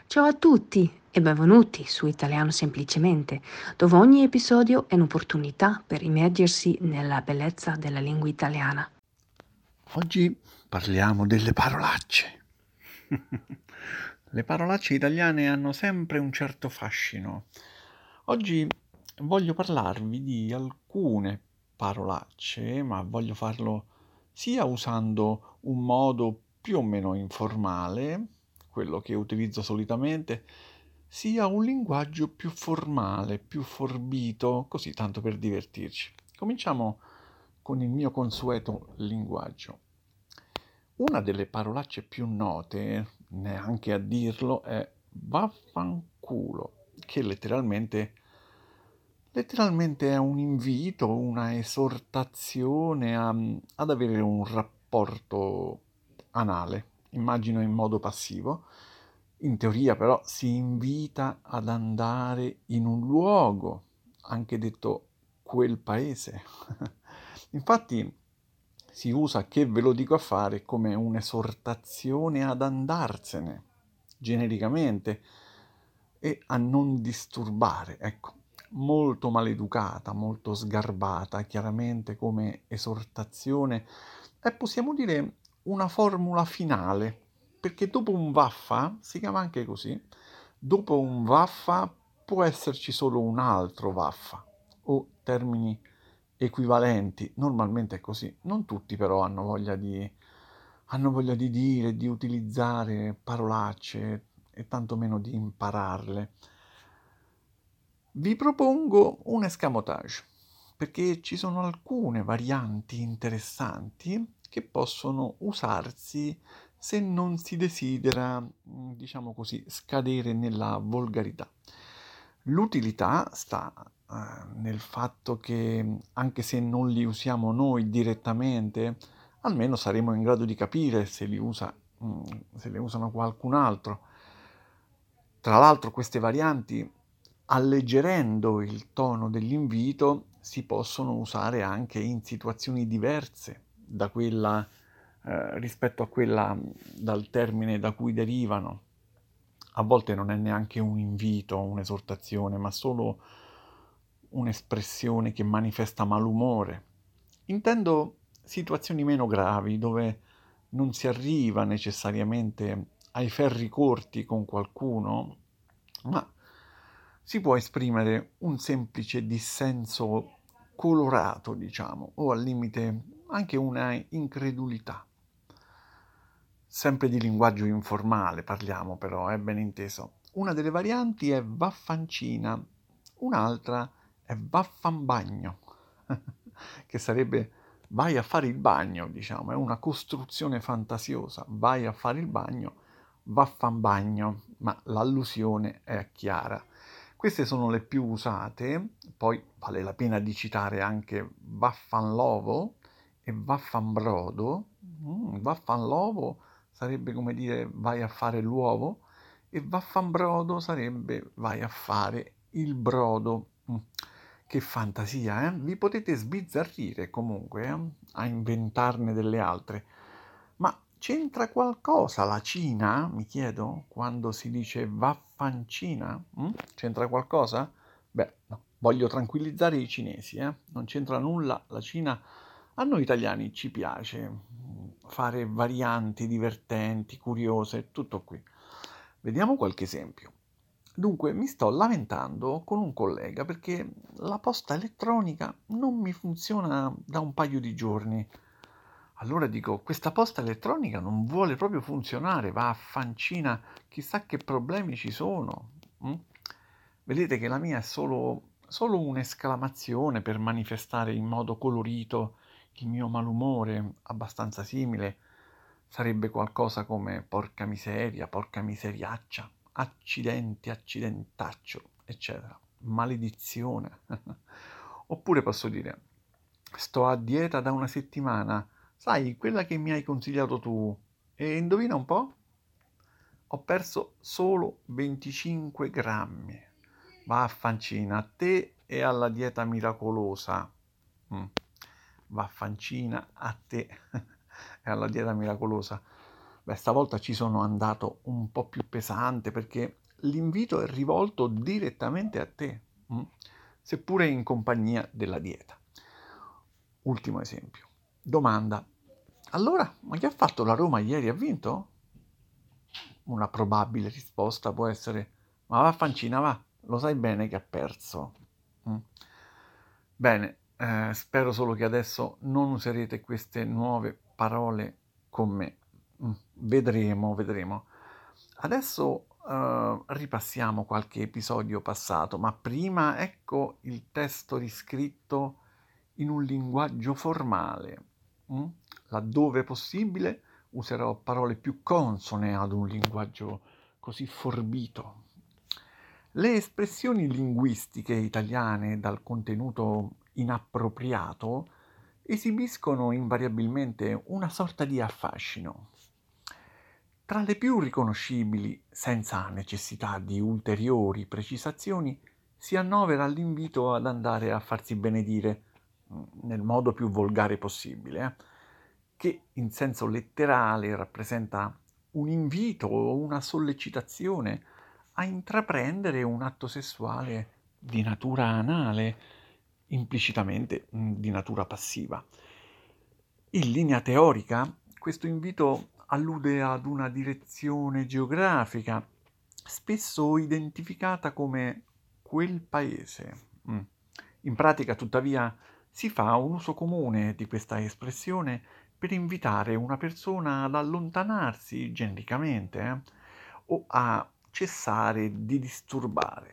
Ciao a tutti e benvenuti su Italiano Semplicemente, dove ogni episodio è un'opportunità per immergersi nella bellezza della lingua italiana. Oggi parliamo delle parolacce. Le parolacce italiane hanno sempre un certo fascino. Oggi voglio parlarvi di alcune parolacce, ma voglio farlo sia usando un modo più o meno informale, quello che utilizzo solitamente, sia un linguaggio più formale, più forbito, così tanto per divertirci. Cominciamo con il mio consueto linguaggio. Una delle parolacce più note, neanche a dirlo, è vaffanculo, che letteralmente è un invito, una esortazione ad avere un rapporto anale, immagino in modo passivo. In teoria però si invita ad andare in un luogo, anche detto quel paese. Infatti si usa che ve lo dico a fare come un'esortazione ad andarsene, genericamente, e a non disturbare, ecco, molto maleducata, molto sgarbata, chiaramente come esortazione, e possiamo dire una formula finale, perché dopo un vaffa, si chiama anche così, dopo un vaffa può esserci solo un altro vaffa, o termini equivalenti, normalmente è così, non tutti però hanno voglia di dire, di utilizzare parolacce e tantomeno di impararle. Vi propongo un escamotage, perché ci sono alcune varianti interessanti che possono usarsi se non si desidera, diciamo così, scadere nella volgarità. L'utilità sta nel fatto che anche se non li usiamo noi direttamente, almeno saremo in grado di capire se le usano qualcun altro. Tra l'altro queste varianti, alleggerendo il tono dell'invito, si possono usare anche in situazioni diverse da quella, rispetto a quella dal termine da cui derivano. A volte non è neanche un invito, un'esortazione, ma solo un'espressione che manifesta malumore. Intendo situazioni meno gravi, dove non si arriva necessariamente ai ferri corti con qualcuno, ma si può esprimere un semplice dissenso colorato, diciamo, o al limite anche una incredulità. Sempre di linguaggio informale parliamo però, è ben inteso. Una delle varianti è vaffancina, un'altra è vaffambagno, che sarebbe vai a fare il bagno, diciamo, è una costruzione fantasiosa, vai a fare il bagno, vaffambagno, ma l'allusione è chiara. Queste sono le più usate, poi vale la pena di citare anche vaffanlovo e vaffanbrodo. Vaffanlovo sarebbe come dire vai a fare l'uovo e vaffanbrodo sarebbe vai a fare il brodo. Che fantasia, eh? Vi potete sbizzarrire comunque a inventarne delle altre. Ma c'entra qualcosa la Cina, mi chiedo, quando si dice vaffancina? C'entra qualcosa? Beh, no. Voglio tranquillizzare i cinesi, non c'entra nulla. La Cina, a noi italiani ci piace fare varianti divertenti, curiose, tutto qui. Vediamo qualche esempio. Dunque, mi sto lamentando con un collega perché la posta elettronica non mi funziona da un paio di giorni. Allora dico, questa posta elettronica non vuole proprio funzionare, va a fancina, chissà che problemi ci sono. mm? Vedete che la mia è solo un'esclamazione per manifestare in modo colorito il mio malumore, abbastanza simile. Sarebbe qualcosa come porca miseria, porca miseriaccia, accidenti, accidentaccio, eccetera. Maledizione. Oppure posso dire, sto a dieta da una settimana, sai, quella che mi hai consigliato tu. E indovina un po'? Ho perso solo 25 grammi. Vaffancina, a te e alla dieta miracolosa. Mm. Vaffancina, a te e alla dieta miracolosa. Beh, stavolta ci sono andato un po' più pesante perché l'invito è rivolto direttamente a te, mm? Seppure in compagnia della dieta. Ultimo esempio. Domanda. Allora, ma che ha fatto la Roma ieri? Ha vinto? Una probabile risposta può essere: ma vaffancina va, lo sai bene che ha perso. Mm. Bene, spero solo che adesso non userete queste nuove parole con me. Vedremo, vedremo. Adesso ripassiamo qualche episodio passato, ma prima ecco il testo riscritto in un linguaggio formale. mm? Laddove possibile userò parole più consone ad un linguaggio così forbito. Le espressioni linguistiche italiane dal contenuto inappropriato esibiscono invariabilmente una sorta di affascino. Tra le più riconoscibili, senza necessità di ulteriori precisazioni, si annovera l'invito ad andare a farsi benedire, nel modo più volgare possibile, che in senso letterale rappresenta un invito o una sollecitazione a intraprendere un atto sessuale di natura anale, implicitamente di natura passiva. In linea teorica, questo invito allude ad una direzione geografica, spesso identificata come quel paese. In pratica, tuttavia, si fa un uso comune di questa espressione per invitare una persona ad allontanarsi genericamente o a cessare di disturbare.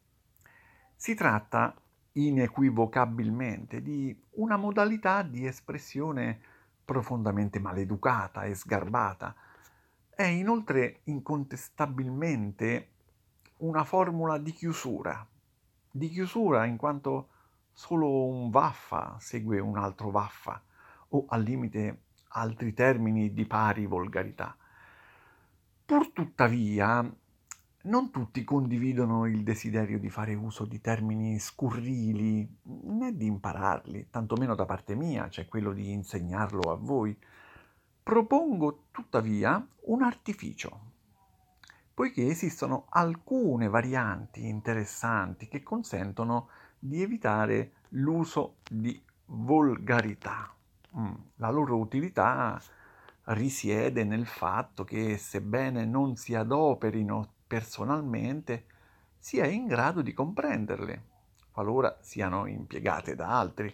Si tratta inequivocabilmente di una modalità di espressione profondamente maleducata e sgarbata. È inoltre incontestabilmente una formula di chiusura in quanto solo un vaffa segue un altro vaffa, o al limite altri termini di pari volgarità. Pur tuttavia, non tutti condividono il desiderio di fare uso di termini scurrili, né di impararli, tantomeno da parte mia, cioè quello di insegnarlo a voi. Propongo tuttavia un artificio, poiché esistono alcune varianti interessanti che consentono di evitare l'uso di volgarità. La loro utilità risiede nel fatto che, sebbene non si adoperino personalmente, si è in grado di comprenderle, qualora siano impiegate da altri.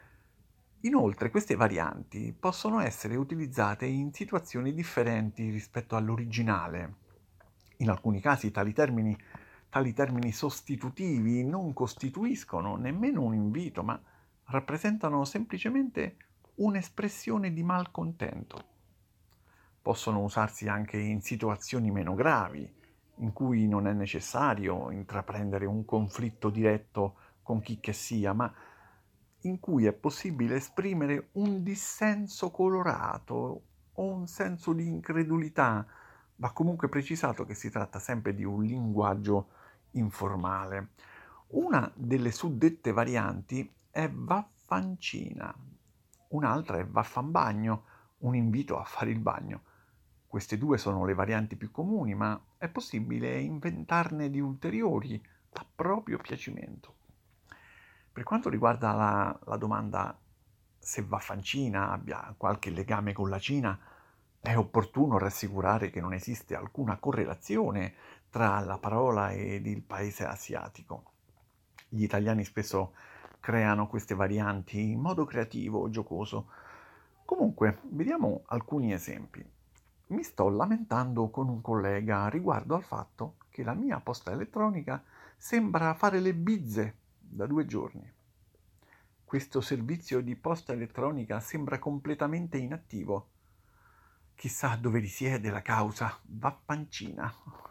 Inoltre, queste varianti possono essere utilizzate in situazioni differenti rispetto all'originale. In alcuni casi tali termini sostitutivi non costituiscono nemmeno un invito, ma rappresentano semplicemente un'espressione di malcontento. Possono usarsi anche in situazioni meno gravi, in cui non è necessario intraprendere un conflitto diretto con chi che sia, ma in cui è possibile esprimere un dissenso colorato o un senso di incredulità. Va comunque precisato che si tratta sempre di un linguaggio informale. Una delle suddette varianti è vaffancina, un'altra è vaffanbagno, un invito a fare il bagno. Queste due sono le varianti più comuni, ma è possibile inventarne di ulteriori a proprio piacimento. Per quanto riguarda la domanda se vaffancina abbia qualche legame con la Cina, è opportuno rassicurare che non esiste alcuna correlazione tra la parola ed il paese asiatico. Gli italiani spesso creano queste varianti in modo creativo o giocoso. Comunque, vediamo alcuni esempi. Mi sto lamentando con un collega riguardo al fatto che la mia posta elettronica sembra fare le bizze da 2 giorni. Questo servizio di posta elettronica sembra completamente inattivo. Chissà dove risiede la causa, vaffancina.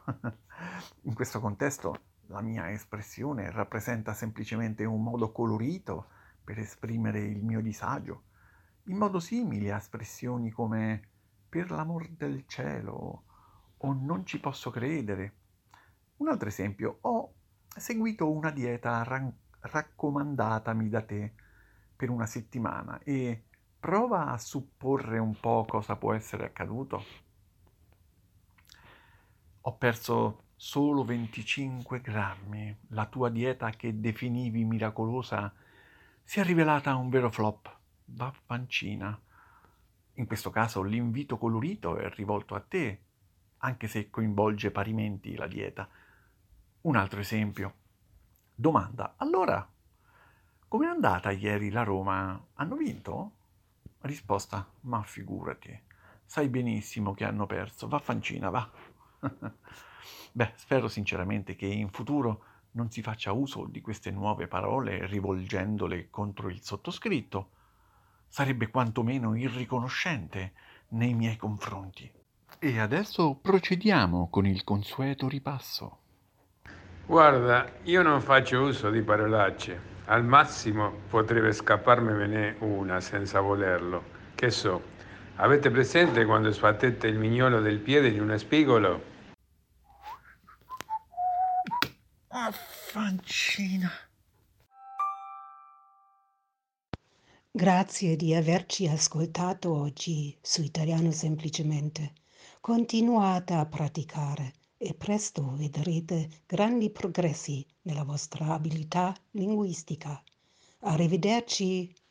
In questo contesto la mia espressione rappresenta semplicemente un modo colorito per esprimere il mio disagio, in modo simile a espressioni come per l'amor del cielo o non ci posso credere. Un altro esempio: ho seguito una dieta raccomandatami da te per una settimana e prova a supporre un po' cosa può essere accaduto. Ho perso solo 25 grammi. La tua dieta che definivi miracolosa si è rivelata un vero flop. Vaffancina. In questo caso l'invito colorito è rivolto a te, anche se coinvolge parimenti la dieta. Un altro esempio. Domanda: allora, com'è andata ieri la Roma? Hanno vinto? Risposta: ma figurati, sai benissimo che hanno perso, vaffancina, va. Beh, spero sinceramente che in futuro non si faccia uso di queste nuove parole rivolgendole contro il sottoscritto. Sarebbe quantomeno irriconoscente nei miei confronti. E adesso procediamo con il consueto ripasso. Guarda, io non faccio uso di parolacce. Al massimo potrebbe scapparmene una senza volerlo. Che so, avete presente quando sbattete il mignolo del piede in uno spigolo? Vaffancina. Grazie di averci ascoltato oggi su Italiano Semplicemente. Continuate a praticare e presto vedrete grandi progressi nella vostra abilità linguistica. Arrivederci.